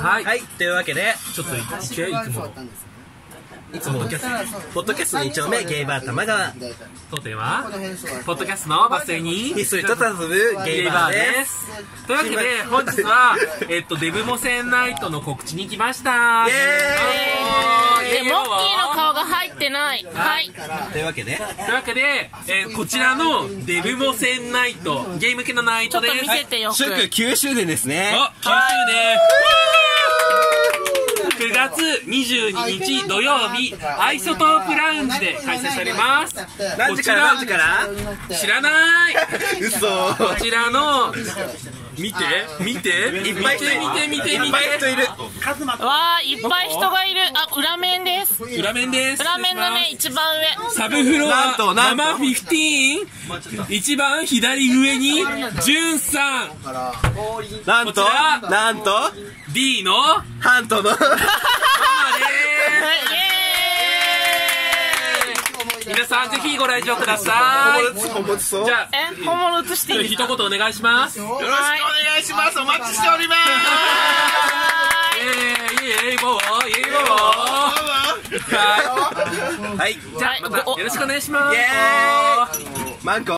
はい、 というわけで、 ちょっといつもポッドキャスト2丁目ゲイバー玉川、 当店はポッドキャストのバス停にひっそりと遊ぶゲイバーです。 というわけで本日はデブモセンナイトの告知に来ました。 イエーイ。 モッキーの顔が入ってない。はい。 というわけでこちらのデブモセンナイト、ゲーム系のナイトです。 ちょっと見せてよく。 祝9周年ですね。 9周年。9月22日土曜日、アイソトープラウンジで開催されます。 何時から何時から？ 知らない。 嘘。 こちらの見て見ていっぱい人いる。 わー、いっぱい人がいる。あ、裏面です。 裏面です。 裏面のね、一番上。 サブフロアナマ15、一番左上にジュンさん。 なんと D のハントの皆さんぜひご来場ください。 本物そう。 じゃあ本物映していいですか？ 一言お願いします。 よろしくお願いします。お待ちしております。はい。 じゃあまたよろしくお願いします。 マンコ